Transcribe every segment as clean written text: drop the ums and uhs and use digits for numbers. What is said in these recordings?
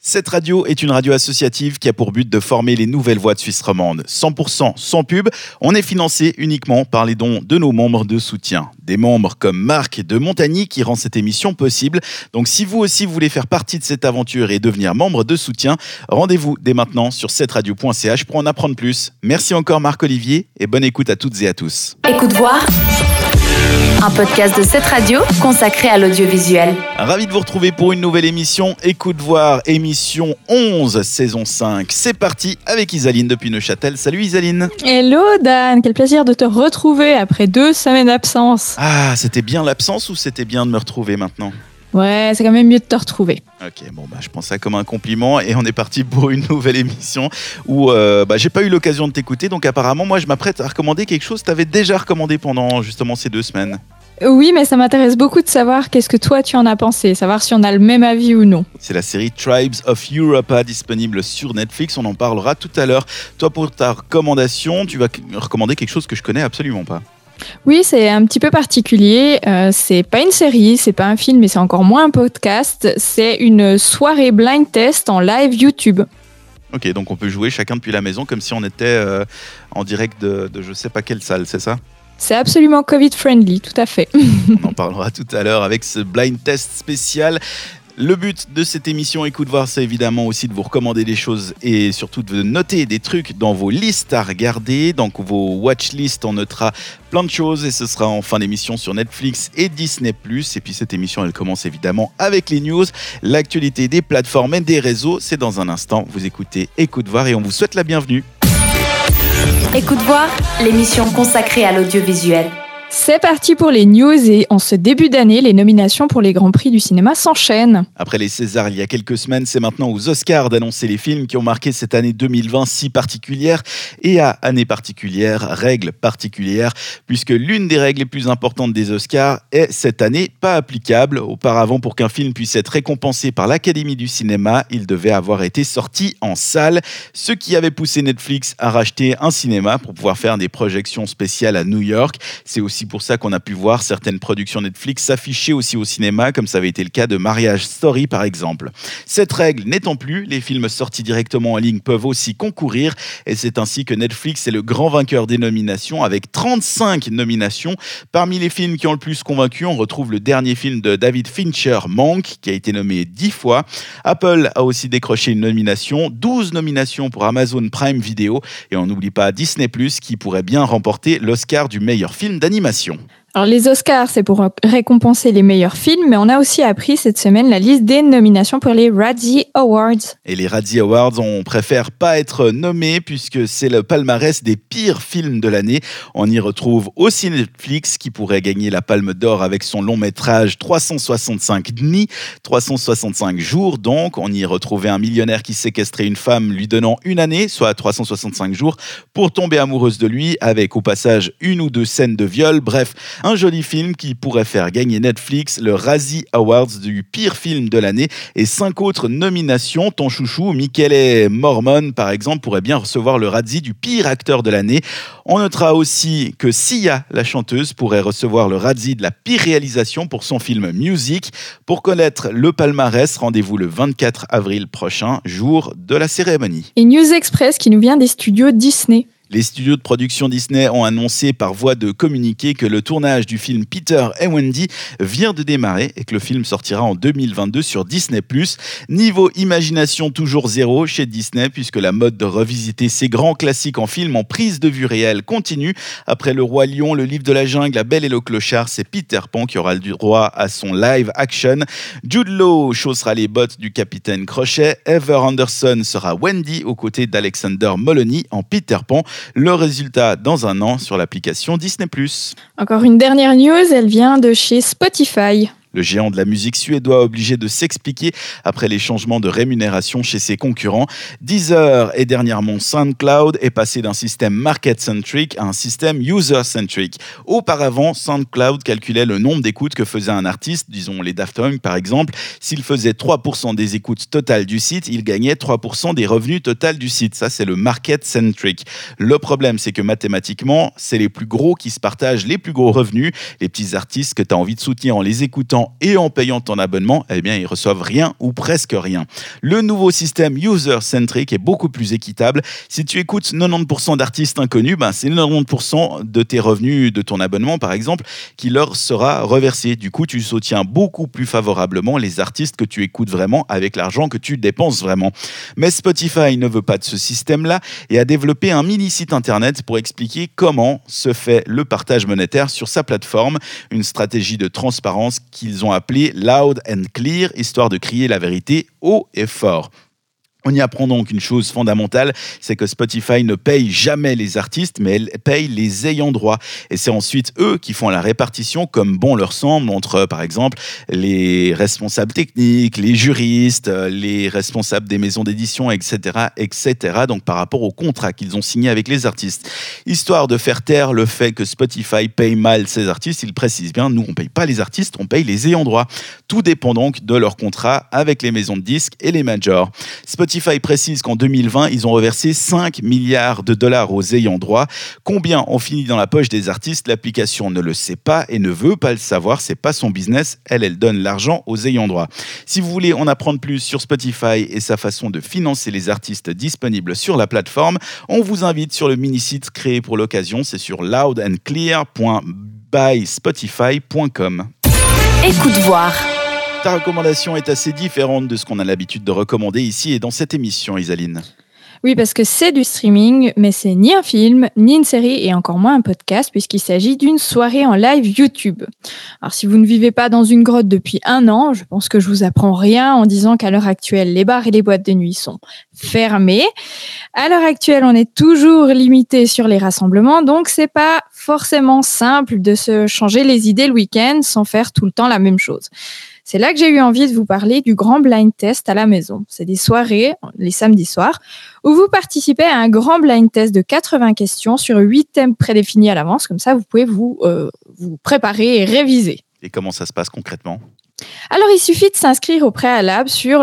Cette radio est une radio associative qui a pour but de former les nouvelles voix de Suisse romande. 100% sans pub, on est financé uniquement par les dons de nos membres de soutien. Des membres comme Marc de Montagny qui rend cette émission possible. Donc si vous aussi voulez faire partie de cette aventure et devenir membre de soutien, rendez-vous dès maintenant sur cetteradio.ch pour en apprendre plus. Merci encore Marc-Olivier et bonne écoute à toutes et à tous. Écoute voir, un podcast de cette radio consacré à l'audiovisuel. Ravi de vous retrouver pour une nouvelle émission Écoute voir, émission 11, saison 5. C'est parti avec Isaline depuis Neuchâtel. Salut Isaline. Hello Dan, quel plaisir de te retrouver après 2 semaines d'absence. Ah, c'était bien l'absence ou c'était bien de me retrouver maintenant ? Ouais, c'est quand même mieux de te retrouver. Ok, bon je prends ça comme un compliment et on est parti pour une nouvelle émission où j'ai pas eu l'occasion de t'écouter, donc apparemment moi je m'apprête à recommander quelque chose que t'avais déjà recommandé pendant justement ces 2 semaines. Oui, mais ça m'intéresse beaucoup de savoir qu'est-ce que toi tu en as pensé, savoir si on a le même avis ou non. C'est la série Tribes of Europa disponible sur Netflix, on en parlera tout à l'heure. Toi pour ta recommandation, tu vas recommander quelque chose que je connais absolument pas. Oui, c'est un petit peu particulier. C'est pas une série, c'est pas un film, mais c'est encore moins un podcast. C'est une soirée blind test en live YouTube. Ok, donc on peut jouer chacun depuis la maison comme si on était en direct de je sais pas quelle salle, c'est ça ? C'est absolument Covid-friendly, tout à fait. On en parlera tout à l'heure avec ce blind test spécial. Le but de cette émission Écoute voir, c'est évidemment aussi de vous recommander des choses et surtout de noter des trucs dans vos listes à regarder. Dans vos watchlists, on notera plein de choses et ce sera en fin d'émission sur Netflix et Disney+. Et puis cette émission, elle commence évidemment avec les news, l'actualité des plateformes et des réseaux. C'est dans un instant. Vous écoutez Écoute voir et on vous souhaite la bienvenue. Écoute voir, l'émission consacrée à l'audiovisuel. C'est parti pour les news et en ce début d'année, les nominations pour les Grands Prix du cinéma s'enchaînent. Après les Césars il y a quelques semaines, c'est maintenant aux Oscars d'annoncer les films qui ont marqué cette année 2020 si particulière. Et à année particulière, règles particulières, puisque l'une des règles les plus importantes des Oscars est cette année pas applicable. Auparavant, pour qu'un film puisse être récompensé par l'Académie du cinéma, il devait avoir été sorti en salle, ce qui avait poussé Netflix à racheter un cinéma pour pouvoir faire des projections spéciales à New York. C'est aussi pour ça qu'on a pu voir certaines productions Netflix s'afficher aussi au cinéma, comme ça avait été le cas de Marriage Story par exemple. Cette règle n'étant plus, les films sortis directement en ligne peuvent aussi concourir et c'est ainsi que Netflix est le grand vainqueur des nominations avec 35 nominations. Parmi les films qui ont le plus convaincu, on retrouve le dernier film de David Fincher, Monk, qui a été nommé 10 fois. Apple a aussi décroché une nomination, 12 nominations pour Amazon Prime Video et on n'oublie pas Disney+, qui pourrait bien remporter l'Oscar du meilleur film d'animation. Alors les Oscars, c'est pour récompenser les meilleurs films, mais on a aussi appris cette semaine la liste des nominations pour les Razzie Awards. Et les Razzie Awards, on préfère pas être nommés puisque c'est le palmarès des pires films de l'année. On y retrouve aussi Netflix qui pourrait gagner la Palme d'Or avec son long métrage 365 dni, 365 jours donc. On y retrouvait un millionnaire qui séquestrait une femme lui donnant 1 année, soit 365 jours, pour tomber amoureuse de lui avec au passage 1 ou 2 scènes de viol. Bref, un joli film qui pourrait faire gagner Netflix le Razzie Awards du pire film de l'année et 5 autres nominations. Ton chouchou, Michele Mormon, par exemple, pourrait bien recevoir le Razzie du pire acteur de l'année. On notera aussi que Sia, la chanteuse, pourrait recevoir le Razzie de la pire réalisation pour son film Music. Pour connaître le palmarès, rendez-vous le 24 avril prochain, jour de la cérémonie. Et News Express qui nous vient des studios Disney. Les studios de production Disney ont annoncé par voie de communiqué que le tournage du film Peter et Wendy vient de démarrer et que le film sortira en 2022 sur Disney+. Niveau imagination, toujours zéro chez Disney puisque la mode de revisiter ces grands classiques en film en prise de vue réelle continue. Après Le Roi Lion, Le Livre de la Jungle, La Belle et le Clochard, c'est Peter Pan qui aura le droit à son live action. Jude Law chaussera les bottes du Capitaine Crochet. Heather Anderson sera Wendy aux côtés d'Alexander Moloney en Peter Pan. Le résultat dans un an sur l'application Disney+. Encore une dernière news, elle vient de chez Spotify. Le géant de la musique suédois obligé de s'expliquer après les changements de rémunération chez ses concurrents. Deezer et dernièrement SoundCloud est passé d'un système market-centric à un système user-centric. Auparavant, SoundCloud calculait le nombre d'écoutes que faisait un artiste, disons les Daft Punk par exemple. S'il faisait 3% des écoutes totales du site, il gagnait 3% des revenus totaux du site. Ça, c'est le market-centric. Le problème, c'est que mathématiquement, c'est les plus gros qui se partagent les plus gros revenus. Les petits artistes que tu as envie de soutenir en les écoutant l'argent et en payant ton abonnement, eh bien, ils reçoivent rien ou presque rien. Le nouveau système user-centric est beaucoup plus équitable. Si tu écoutes 90% d'artistes inconnus, c'est 90% de tes revenus de ton abonnement, par exemple, qui leur sera reversé. Du coup, tu soutiens beaucoup plus favorablement les artistes que tu écoutes vraiment avec l'argent que tu dépenses vraiment. Mais Spotify ne veut pas de ce système-là et a développé un mini-site internet pour expliquer comment se fait le partage monétaire sur sa plateforme, une stratégie de transparence qu'ils ont appelée Loud and Clear, histoire de crier la vérité haut et fort. On y apprend donc une chose fondamentale, c'est que Spotify ne paye jamais les artistes, mais elle paye les ayants droit. Et c'est ensuite eux qui font la répartition comme bon leur semble entre, par exemple, les responsables techniques, les juristes, les responsables des maisons d'édition, etc., etc. Donc par rapport au contrat qu'ils ont signé avec les artistes. Histoire de faire taire le fait que Spotify paye mal ses artistes, ils précisent bien, nous on paye pas les artistes, on paye les ayants droit. Tout dépend donc de leur contrat avec les maisons de disques et les majors. Spotify précise qu'en 2020, ils ont reversé 5 milliards de dollars aux ayants droit. Combien ont fini dans la poche des artistes? L'application ne le sait pas et ne veut pas le savoir. C'est pas son business. Elle donne l'argent aux ayants droit. Si vous voulez en apprendre plus sur Spotify et sa façon de financer les artistes disponibles sur la plateforme, on vous invite sur le mini-site créé pour l'occasion. C'est sur loudandclear.byspotify.com. Écoute voir. Ta recommandation est assez différente de ce qu'on a l'habitude de recommander ici et dans cette émission, Isaline. Oui, parce que c'est du streaming, mais c'est ni un film, ni une série et encore moins un podcast puisqu'il s'agit d'une soirée en live YouTube. Alors si vous ne vivez pas dans une grotte depuis 1 an, je pense que je vous apprends rien en disant qu'à l'heure actuelle, les bars et les boîtes de nuit sont fermés. À l'heure actuelle, on est toujours limité sur les rassemblements, donc c'est pas forcément simple de se changer les idées le week-end sans faire tout le temps la même chose. C'est là que j'ai eu envie de vous parler du grand blind test à la maison. C'est des soirées, les samedis soirs, où vous participez à un grand blind test de 80 questions sur 8 thèmes prédéfinis à l'avance. Comme ça, vous pouvez vous préparer et réviser. Et comment ça se passe concrètement ? Alors, il suffit de s'inscrire au préalable sur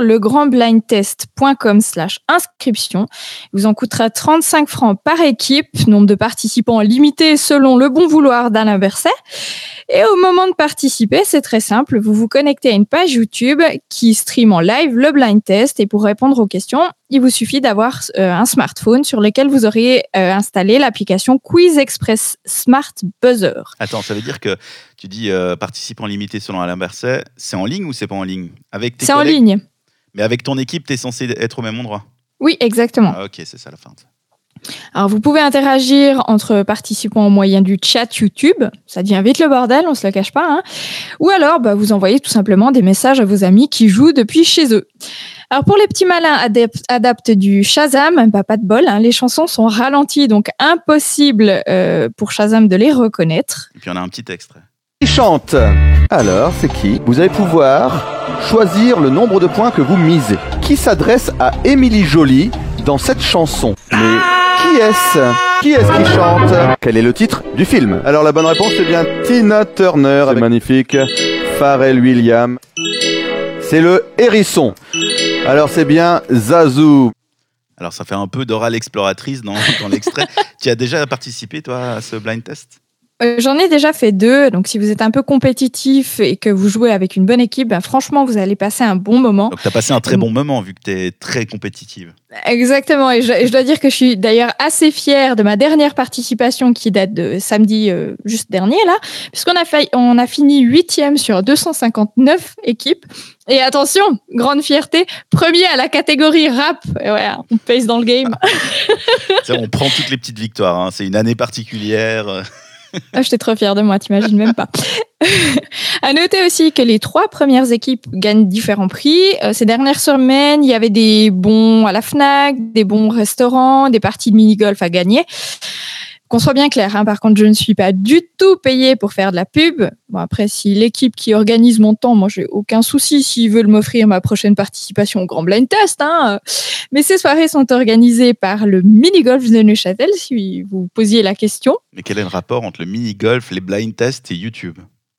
legrandblindtest.com/inscription. Il vous en coûtera 35 francs par équipe, nombre de participants limité selon le bon vouloir d'Alain Berset. Et au moment de participer, c'est très simple. Vous vous connectez à une page YouTube qui stream en live le blind test. Et pour répondre aux questions, il vous suffit d'avoir un smartphone sur lequel vous aurez installé l'application Quiz Express Smart Buzzer. Attends, ça veut dire que tu dis participants limités selon Alain Berset, c'est en ligne ou c'est pas en ligne? Avec tes C'est collègues? en ligne. Mais avec ton équipe, tu es censé être au même endroit? Oui, exactement. Ah, ok, c'est ça la fin. Alors, vous pouvez interagir entre participants au moyen du chat YouTube. Ça devient vite le bordel, on se le cache pas. Ou alors, vous envoyez tout simplement des messages à vos amis qui jouent depuis chez eux. Alors, pour les petits malins adeptes du Shazam, pas de bol, les chansons sont ralenties, donc impossible pour Shazam de les reconnaître. Et puis, on a un petit extrait. Qui chante? Alors, c'est qui? Vous allez pouvoir choisir le nombre de points que vous misez. Qui s'adresse à Émilie Joly dans cette chanson? Mais qui est-ce? Qui est-ce qui chante? Quel est le titre du film? Alors la bonne réponse c'est bien Tina Turner, c'est magnifique. Pharrell Williams. C'est le hérisson. Alors c'est bien Zazu. Alors ça fait un peu Dora l'exploratrice dans l'extrait. Tu as déjà participé toi à ce blind test? J'en ai déjà fait 2, donc si vous êtes un peu compétitif et que vous jouez avec une bonne équipe, franchement, vous allez passer un bon moment. Donc tu as passé un très bon moment vu que tu es très compétitive. Exactement, et je dois dire que je suis d'ailleurs assez fière de ma dernière participation qui date de samedi juste dernier, là, puisqu'on a fini 8e sur 259 équipes. Et attention, grande fierté, premier à la catégorie rap. Et ouais, on pèse dans le game. On prend toutes les petites victoires, c'est une année particulière. J'étais trop fière de moi, t'imagines même pas. À noter aussi que les 3 premières équipes gagnent différents prix. Ces dernières semaines, il y avait des bons à la Fnac, des bons restaurants, des parties de mini-golf à gagner. Qu'on soit bien clair, par contre, je ne suis pas du tout payée pour faire de la pub. Bon, après, si l'équipe qui organise mon temps, moi, j'ai aucun souci s'ils veulent m'offrir ma prochaine participation au Grand Blind Test. Mais ces soirées sont organisées par le mini-golf de Neuchâtel, si vous posiez la question. Mais quel est le rapport entre le mini-golf, les blind tests et YouTube?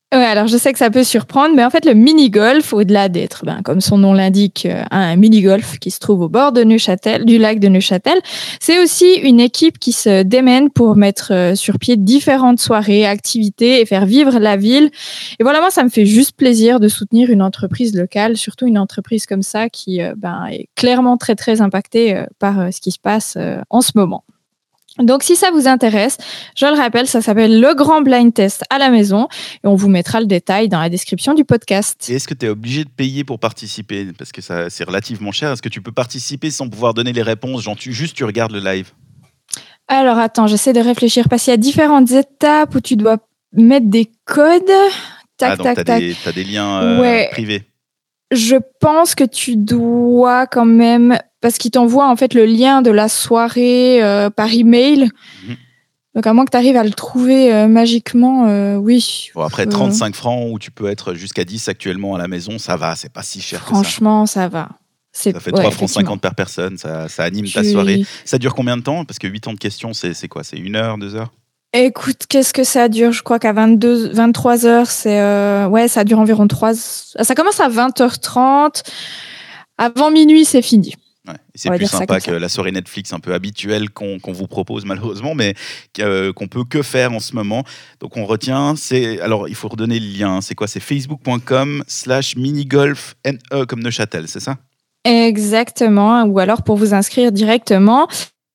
Ouais, alors je sais que ça peut surprendre, mais en fait, le mini-golf, au-delà d'être, comme son nom l'indique, un mini-golf qui se trouve au bord de Neuchâtel, du lac de Neuchâtel, c'est aussi une équipe qui se démène pour mettre sur pied différentes soirées, activités et faire vivre la ville. Et voilà, moi, ça me fait juste plaisir de soutenir une entreprise locale, surtout une entreprise comme ça qui est clairement très, très impactée par ce qui se passe en ce moment. Donc, si ça vous intéresse, je le rappelle, ça s'appelle Le Grand Blind Test à la maison et on vous mettra le détail dans la description du podcast. Et est-ce que tu es obligé de payer pour participer ? Parce que ça, c'est relativement cher. Est-ce que tu peux participer sans pouvoir donner les réponses ? Genre, juste tu regardes le live ? Alors, attends, j'essaie de réfléchir parce qu'il y a différentes étapes où tu dois mettre des codes. Donc t'as des liens privés. Je pense que tu dois quand même, parce qu'il t'envoie en fait le lien de la soirée par email. Mmh. Donc à moins que tu arrives à le trouver magiquement, oui. Bon, après 35 francs où tu peux être jusqu'à 10 actuellement à la maison, ça va, c'est pas si cher. Franchement, ça va. Ça fait 3 francs 50 par personne, ça anime ta soirée. Ça dure combien de temps ? Parce que 8 ans de questions, c'est quoi ? C'est 1 heure, 2 heures ? Écoute, qu'est-ce que ça dure ? Je crois qu'à 23 heures, ça dure environ 3... Ça commence à 20h30. Avant minuit, c'est fini. Ouais, c'est plus sympa que la soirée Netflix un peu habituelle qu'on vous propose malheureusement, mais qu'on peut que faire en ce moment. Donc on retient, alors il faut redonner le lien. C'est quoi ? C'est facebook.com/minigolf NE comme Neuchâtel, c'est ça ? Exactement. Ou alors pour vous inscrire directement,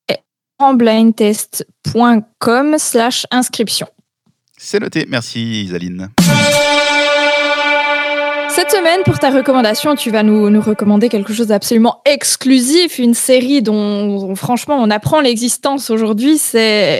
blindtest.com/inscription. C'est noté, merci Isaline. Cette semaine, pour ta recommandation, tu vas nous recommander quelque chose d'absolument exclusif, une série dont franchement on apprend l'existence aujourd'hui, rappelle-moi ?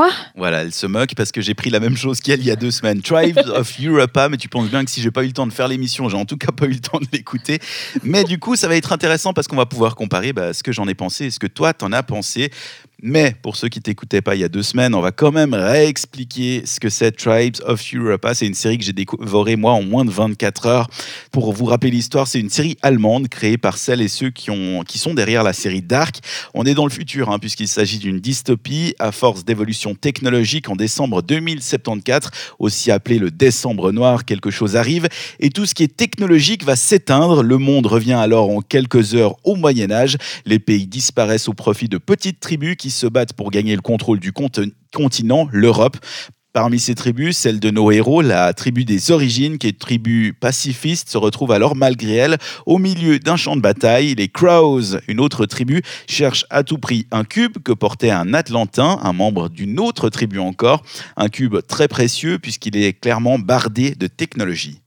Voilà, elle se moque parce que j'ai pris la même chose qu'elle il y a 2 semaines. Tribes of Europa, mais tu penses bien que si j'ai pas eu le temps de faire l'émission, j'ai en tout cas pas eu le temps de l'écouter. Mais du coup, ça va être intéressant parce qu'on va pouvoir comparer ce que j'en ai pensé et ce que toi t'en as pensé. Mais pour ceux qui ne t'écoutaient pas il y a 2 semaines, on va quand même réexpliquer ce que c'est Tribes of Europa. C'est une série que j'ai dévorée moi en moins de 24 heures. Pour vous rappeler l'histoire, c'est une série allemande créée par celles et ceux qui sont derrière la série Dark. On est dans le futur puisqu'il s'agit d'une dystopie à force d'évolution technologique. En décembre 2074, aussi appelé le décembre noir, quelque chose arrive et tout ce qui est technologique va s'éteindre. Le monde revient alors en quelques heures au Moyen-Âge. Les pays disparaissent au profit de petites tribus qui se battent pour gagner le contrôle du continent, l'Europe. Parmi ces tribus, celle de nos héros, la tribu des origines, qui est tribu pacifiste, se retrouve alors malgré elle au milieu d'un champ de bataille. Les Crows, une autre tribu, cherchent à tout prix un cube que portait un Atlantin, un membre d'une autre tribu encore. Un cube très précieux puisqu'il est clairement bardé de technologie.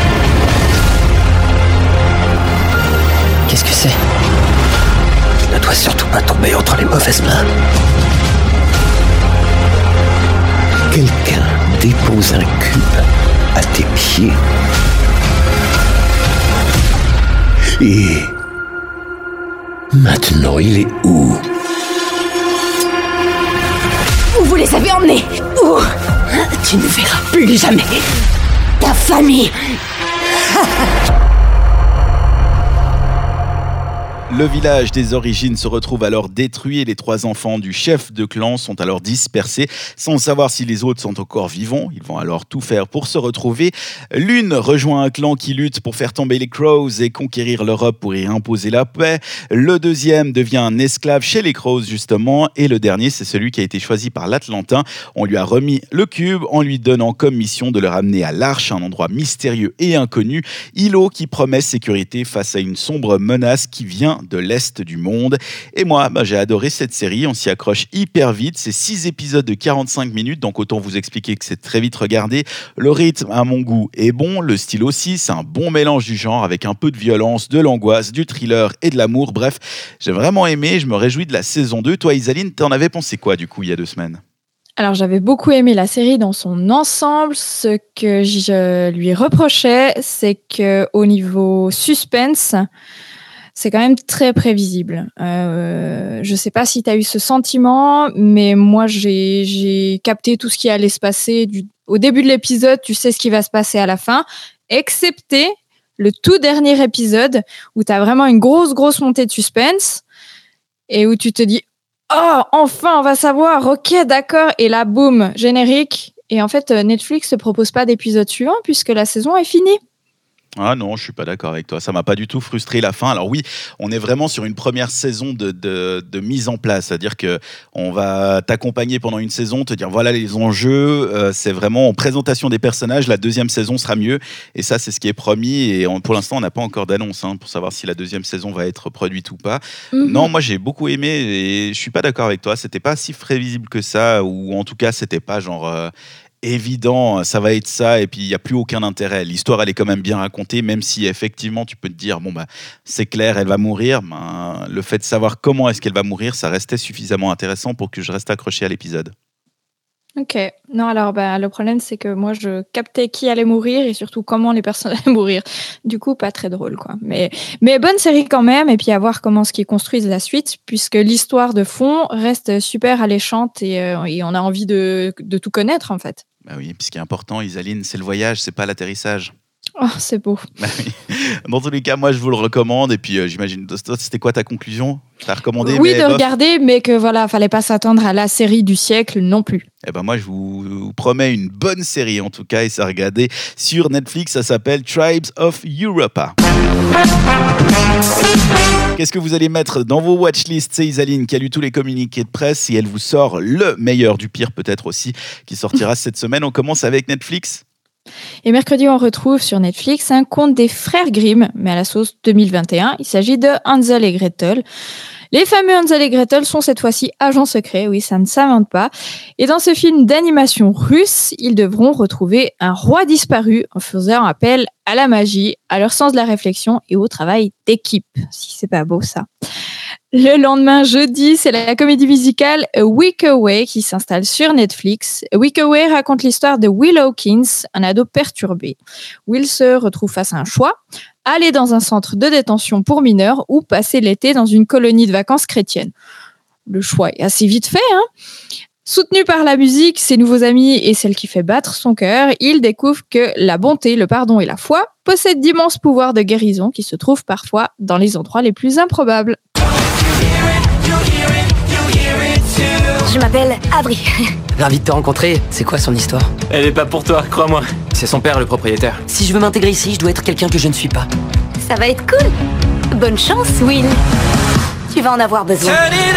Qu'est-ce que c'est ? Tu ne dois surtout pas tomber entre les mauvaises mains. Quelqu'un dépose un cube à tes pieds. Et maintenant, il est où ? Où vous les avez emmenés ? Où ? Tu ne verras plus jamais ta famille. Le village des origines se retrouve alors détruit et les 3 enfants du chef de clan sont alors dispersés sans savoir si les autres sont encore vivants. Ils vont alors tout faire pour se retrouver. L'une rejoint un clan qui lutte pour faire tomber les Crows et conquérir l'Europe pour y imposer la paix. Le deuxième devient un esclave chez les Crows justement. Et le dernier, c'est celui qui a été choisi par l'Atlantin. On lui a remis le cube en lui donnant comme mission de le ramener à l'Arche, un endroit mystérieux et inconnu. Îlot qui promet sécurité face à une sombre menace qui vient de l'Est du monde. Et moi, j'ai adoré cette série. On s'y accroche hyper vite. C'est 6 épisodes de 45 minutes, donc autant vous expliquer que c'est très vite regardé. Le rythme, à mon goût, est bon. Le style aussi. C'est un bon mélange du genre avec un peu de violence, de l'angoisse, du thriller et de l'amour. Bref, j'ai vraiment aimé. Je me réjouis de la saison 2. Toi, Isaline, t'en avais pensé quoi, du coup, il y a 2 semaines ? Alors, j'avais beaucoup aimé la série dans son ensemble. Ce que je lui reprochais, c'est qu'au niveau suspense, c'est quand même très prévisible. Je sais pas si tu as eu ce sentiment, mais moi, j'ai capté tout ce qui allait se passer. Au début de l'épisode, tu sais ce qui va se passer à la fin, excepté le tout dernier épisode où tu as vraiment une grosse montée de suspense et où tu te dis « Oh, enfin, on va savoir, ok, d'accord ». Et là, boum, générique Et en fait, Netflix ne propose pas d'épisode suivant puisque la saison est finie. Ah non, je suis pas d'accord avec toi. Ça m'a pas du tout frustré la fin. Alors oui, on est vraiment sur une première saison de mise en place, c'est-à-dire que on va t'accompagner pendant une saison, te dire voilà les enjeux. C'est vraiment en présentation des personnages. La deuxième saison sera mieux, et ça c'est ce qui est promis. Et pour l'instant, on n'a pas encore d'annonce pour savoir si la deuxième saison va être produite ou pas. Non, moi j'ai beaucoup aimé et je suis pas d'accord avec toi. C'était pas si prévisible que ça, ou en tout cas c'était pas genre évident, ça va être ça, et puis il n'y a plus aucun intérêt. L'histoire, elle est quand même bien racontée, même si effectivement, tu peux te dire, bon, bah, c'est clair, elle va mourir. Ben, le fait de savoir comment est-ce qu'elle va mourir, ça restait suffisamment intéressant pour que je reste accroché à l'épisode. Ok. Non, alors le problème, c'est que moi, je captais qui allait mourir et surtout comment les personnes allaient mourir. Du coup, pas très drôle, quoi. Mais bonne série quand même, et puis à voir comment ce qu'ils construisent la suite, puisque l'histoire de fond reste super alléchante et on a envie de tout connaître, en fait. Bah oui, puis ce qui est important, Isaline, c'est le voyage, c'est pas l'atterrissage. Oh, c'est beau. Bah oui. Dans tous les cas, moi, je vous le recommande. Et puis, j'imagine, c'était quoi ta conclusion ? T'as recommandé ? Oui, de regarder, mais que voilà, fallait pas s'attendre à la série du siècle non plus. Eh ben moi, je vous promets une bonne série, en tout cas, et ça a regardé sur Netflix. Ça s'appelle Tribes of Europa. Qu'est-ce que vous allez mettre dans vos watchlists ? C'est Isaline qui a lu tous les communiqués de presse et elle vous sort le meilleur du pire, peut-être aussi, qui sortira cette semaine. On commence avec Netflix. Et mercredi, on retrouve sur Netflix un conte des frères Grimm, mais à la sauce 2021. Il s'agit de Hansel et Gretel. Les fameux Hansel et Gretel sont cette fois-ci agents secrets, oui, ça ne s'invente pas. Et dans ce film d'animation russe, ils devront retrouver un roi disparu en faisant appel à la magie, à leur sens de la réflexion et au travail d'équipe. Si c'est pas beau, ça. Le lendemain, jeudi, c'est la comédie musicale A Week Away qui s'installe sur Netflix. A Week Away raconte l'histoire de Will Hawkins, un ado perturbé. Will se retrouve face à un choix, aller dans un centre de détention pour mineurs ou passer l'été dans une colonie de vacances chrétienne. Le choix est assez vite fait, hein. Soutenu par la musique, ses nouveaux amis et celle qui fait battre son cœur, il découvre que la bonté, le pardon et la foi possèdent d'immenses pouvoirs de guérison qui se trouvent parfois dans les endroits les plus improbables. Je m'appelle Avery. Ravi de te rencontrer. C'est quoi son histoire ? Elle est pas pour toi, crois-moi. C'est son père, le propriétaire. Si je veux m'intégrer ici, je dois être quelqu'un que je ne suis pas. Ça va être cool. Bonne chance, Will. Tu vas en avoir besoin.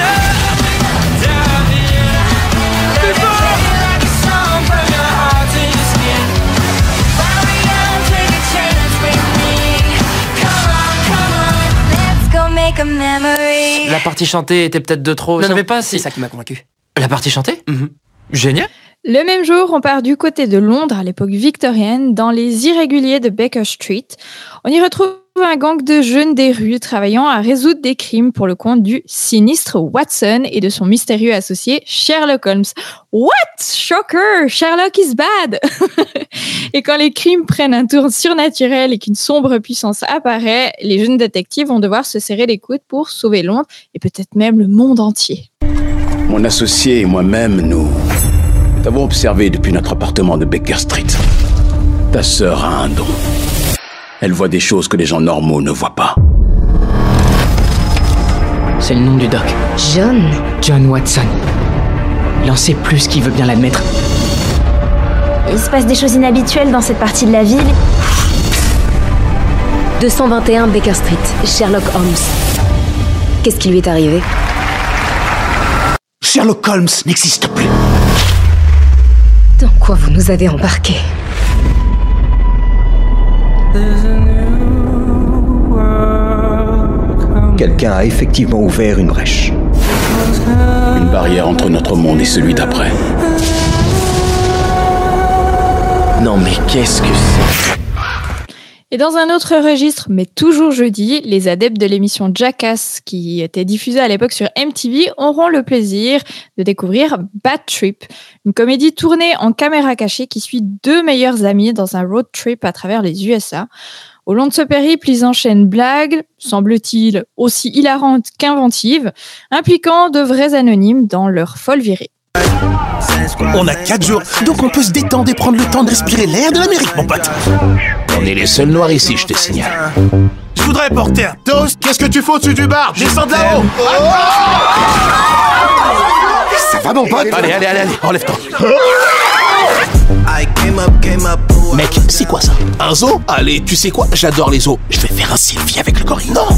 La partie chantée était peut-être de trop. Je savais pas si... C'est ça qui m'a convaincu. La partie chantée ? Génial. Le même jour, on part du côté de Londres, à l'époque victorienne, dans les Irréguliers de Baker Street. On y retrouve un gang de jeunes des rues travaillant à résoudre des crimes pour le compte du sinistre Watson et de son mystérieux associé Sherlock Holmes. What? Shocker! Sherlock is bad! Et quand les crimes prennent un tour surnaturel et qu'une sombre puissance apparaît, les jeunes détectives vont devoir se serrer les coudes pour sauver Londres et peut-être même le monde entier. Mon associé et moi-même, nous t'avons observé depuis notre appartement de Baker Street. Ta sœur a un don. Elle voit des choses que les gens normaux ne voient pas. C'est le nom du doc. John Watson. Il en sait plus qu'il veut bien l'admettre. Il se passe des choses inhabituelles dans cette partie de la ville. 221 Baker Street, Sherlock Holmes. Qu'est-ce qui lui est arrivé ? Sherlock Holmes n'existe plus. Dans quoi vous nous avez embarqués ? Quelqu'un a effectivement ouvert une brèche. Une barrière entre notre monde et celui d'après. Non mais qu'est-ce que c'est ? Et dans un autre registre, mais toujours jeudi, les adeptes de l'émission Jackass, qui était diffusée à l'époque sur MTV, auront le plaisir de découvrir Bad Trip, une comédie tournée en caméra cachée qui suit deux meilleurs amis dans un road trip à travers les USA. Au long de ce périple, ils enchaînent blagues, semble-t-il aussi hilarantes qu'inventives, impliquant de vrais anonymes dans leur folle virée. On a 4 jours, donc on peut se détendre et prendre le temps de respirer l'air de l'Amérique, mon pote. On est les seuls noirs ici, je te signale. Je voudrais porter un toast. Qu'est-ce que tu fais au-dessus du bar? Descends de là-haut. Ça va, mon pote? Allez, enlève-toi. Mec, c'est quoi ça? Un zoo? Allez, tu sais quoi? J'adore les zoos. Je vais faire un selfie avec le gorille. Non!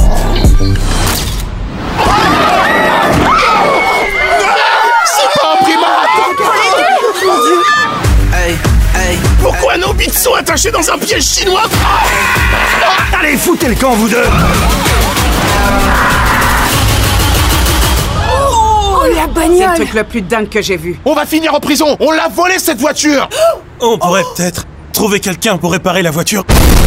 C'est pas un primate! Mon Dieu! Pourquoi nos bites sont attachées dans un piège chinois? Allez, foutez le camp, vous deux! Oh, la bagnole! C'est le truc le plus dingue que j'ai vu. On va finir en prison! On l'a volé cette voiture! On pourrait peut-être trouver quelqu'un pour réparer la voiture.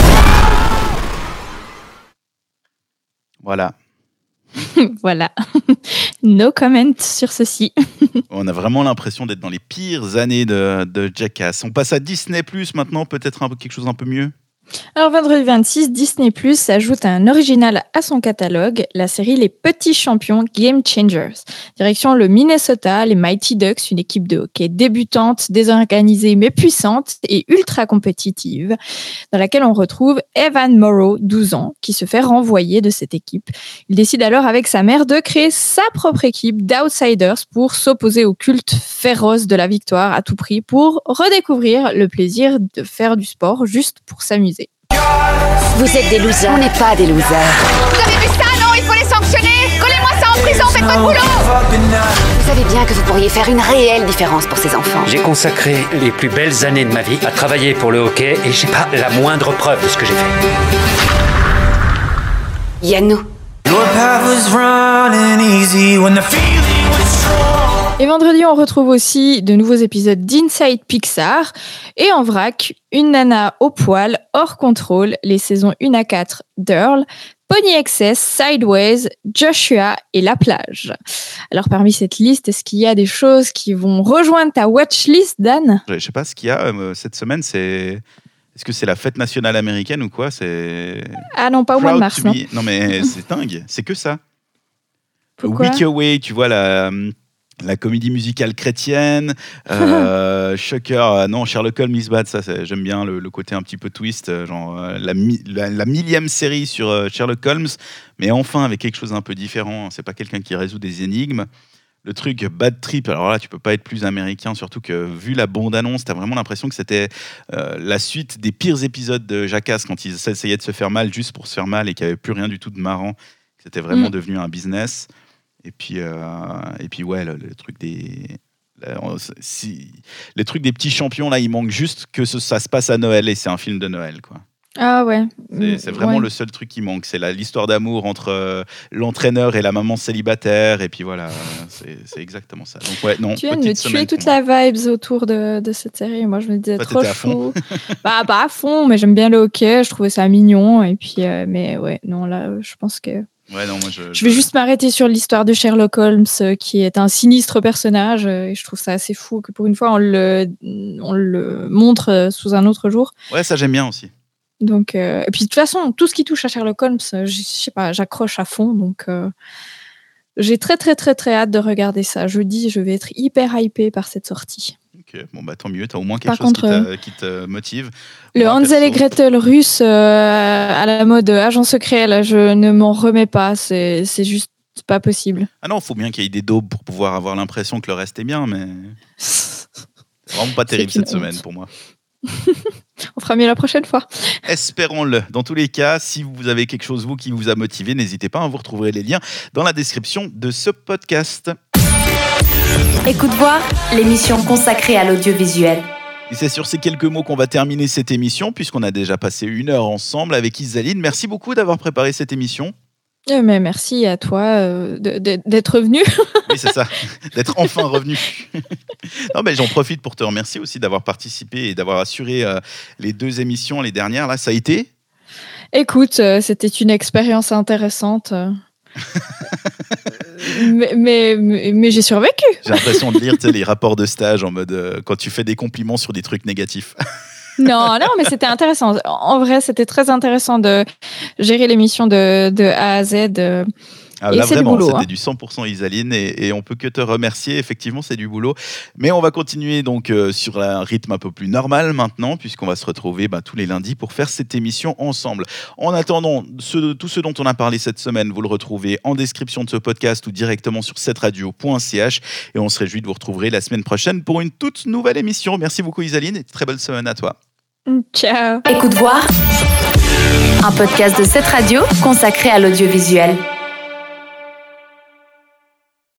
Voilà. Voilà. No comment sur ceci. On a vraiment l'impression d'être dans les pires années de Jackass. On passe à Disney+, maintenant, peut-être quelque chose un peu mieux. Alors, vendredi 26, Disney+ ajoute un original à son catalogue, la série Les Petits Champions Game Changers. Direction le Minnesota, les Mighty Ducks, une équipe de hockey débutante, désorganisée mais puissante et ultra compétitive, dans laquelle on retrouve Evan Morrow, 12 ans, qui se fait renvoyer de cette équipe. Il décide alors avec sa mère de créer sa propre équipe d'outsiders pour s'opposer au culte féroce de la victoire à tout prix, pour redécouvrir le plaisir de faire du sport juste pour s'amuser. Vous êtes des losers. On n'est pas des losers. Vous avez vu ça, non? Il faut les sanctionner. Collez-moi ça en prison, faites votre boulot. Vous savez bien que vous pourriez faire une réelle différence pour ces enfants. J'ai consacré les plus belles années de ma vie à travailler pour le hockey et j'ai pas la moindre preuve de ce que j'ai fait. Yannou. Et vendredi, on retrouve aussi de nouveaux épisodes d'Inside Pixar. Et en vrac, une nana au poil, hors contrôle, les saisons 1 à 4 d'Earl, Pony Excess, Sideways, Joshua et La Plage. Alors parmi cette liste, est-ce qu'il y a des choses qui vont rejoindre ta watchlist, Dan? Je sais pas ce qu'il y a cette semaine, Est-ce que c'est la fête nationale américaine ou quoi? Ah non, pas au mois de mars, non. Non mais c'est dingue, c'est que ça. Pourquoi? Week Away, tu vois, la comédie musicale chrétienne, Shocker, non, Sherlock Holmes is bad, ça j'aime bien le côté un petit peu twist, genre la millième série sur Sherlock Holmes, mais enfin avec quelque chose d'un peu différent, c'est pas quelqu'un qui résout des énigmes. Le truc Bad Trip, alors là tu peux pas être plus américain, surtout que vu la bande-annonce, t'as vraiment l'impression que c'était la suite des pires épisodes de Jackass, quand ils essayaient de se faire mal juste pour se faire mal et qu'il n'y avait plus rien du tout de marrant, c'était vraiment devenu un business. Et puis ouais, le truc les trucs des petits champions, là, il manque juste que ça se passe à Noël et c'est un film de Noël, quoi. Ah ouais. C'est vraiment le seul truc qui manque. C'est l'histoire d'amour entre l'entraîneur et la maman célibataire. Et puis voilà, c'est exactement ça. Donc ouais, non, tu viens de me tuer toute la vibes autour de cette série. Moi, je me disais trop chou. Bah, pas à fond, mais j'aime bien le hockey. Je trouvais ça mignon. Et puis, mais ouais, non, là, je pense que... Ouais, non, moi je vais juste m'arrêter sur l'histoire de Sherlock Holmes, qui est un sinistre personnage. Et je trouve ça assez fou que pour une fois, on le montre sous un autre jour. Ouais, ça j'aime bien aussi. Donc, et puis de toute façon, tout ce qui touche à Sherlock Holmes, je sais pas, j'accroche à fond. Donc, j'ai très très très très hâte de regarder ça. Jeudi, je vais être hyper hypée par cette sortie. Ok, bon bah tant mieux, t'as au moins quelque chose qui te motive. Le Hansel et Gretel russe à la mode agent secret, là, je ne m'en remets pas. C'est juste pas possible. Ah non, faut bien qu'il y ait des daubes pour pouvoir avoir l'impression que le reste est bien, mais c'est vraiment pas terrible cette semaine pour moi. On fera mieux la prochaine fois. Espérons-le. Dans tous les cas, si vous avez quelque chose qui vous a motivé, n'hésitez pas, vous retrouverez les liens dans la description de ce podcast. Écoute voir, l'émission consacrée à l'audiovisuel. Et c'est sur ces quelques mots qu'on va terminer cette émission, puisqu'on a déjà passé 1 heure ensemble avec Isaline. Merci beaucoup d'avoir préparé cette émission. Mais merci à toi d'être revenu. Oui, c'est ça, d'être enfin revenu. Non, mais j'en profite pour te remercier aussi d'avoir participé et d'avoir assuré les 2 émissions, les dernières. Là, ça a été ? Écoute, c'était une expérience intéressante. mais j'ai survécu. J'ai l'impression de lire les rapports de stage en mode quand tu fais des compliments sur des trucs négatifs. Non, mais c'était intéressant. En vrai, c'était très intéressant de gérer l'émission de A à Z. Ah, là, vraiment, c'était du 100% Isaline et on peut que te remercier. Effectivement, c'est du boulot. Mais on va continuer donc sur un rythme un peu plus normal maintenant, puisqu'on va se retrouver tous les lundis pour faire cette émission ensemble. En attendant, tout ce dont on a parlé cette semaine, vous le retrouvez en description de ce podcast ou directement sur 7radio.ch. Et on se réjouit de vous retrouver la semaine prochaine pour une toute nouvelle émission. Merci beaucoup Isaline et très bonne semaine à toi. Ciao. Écoute voir, un podcast de 7 Radio consacré à l'audiovisuel.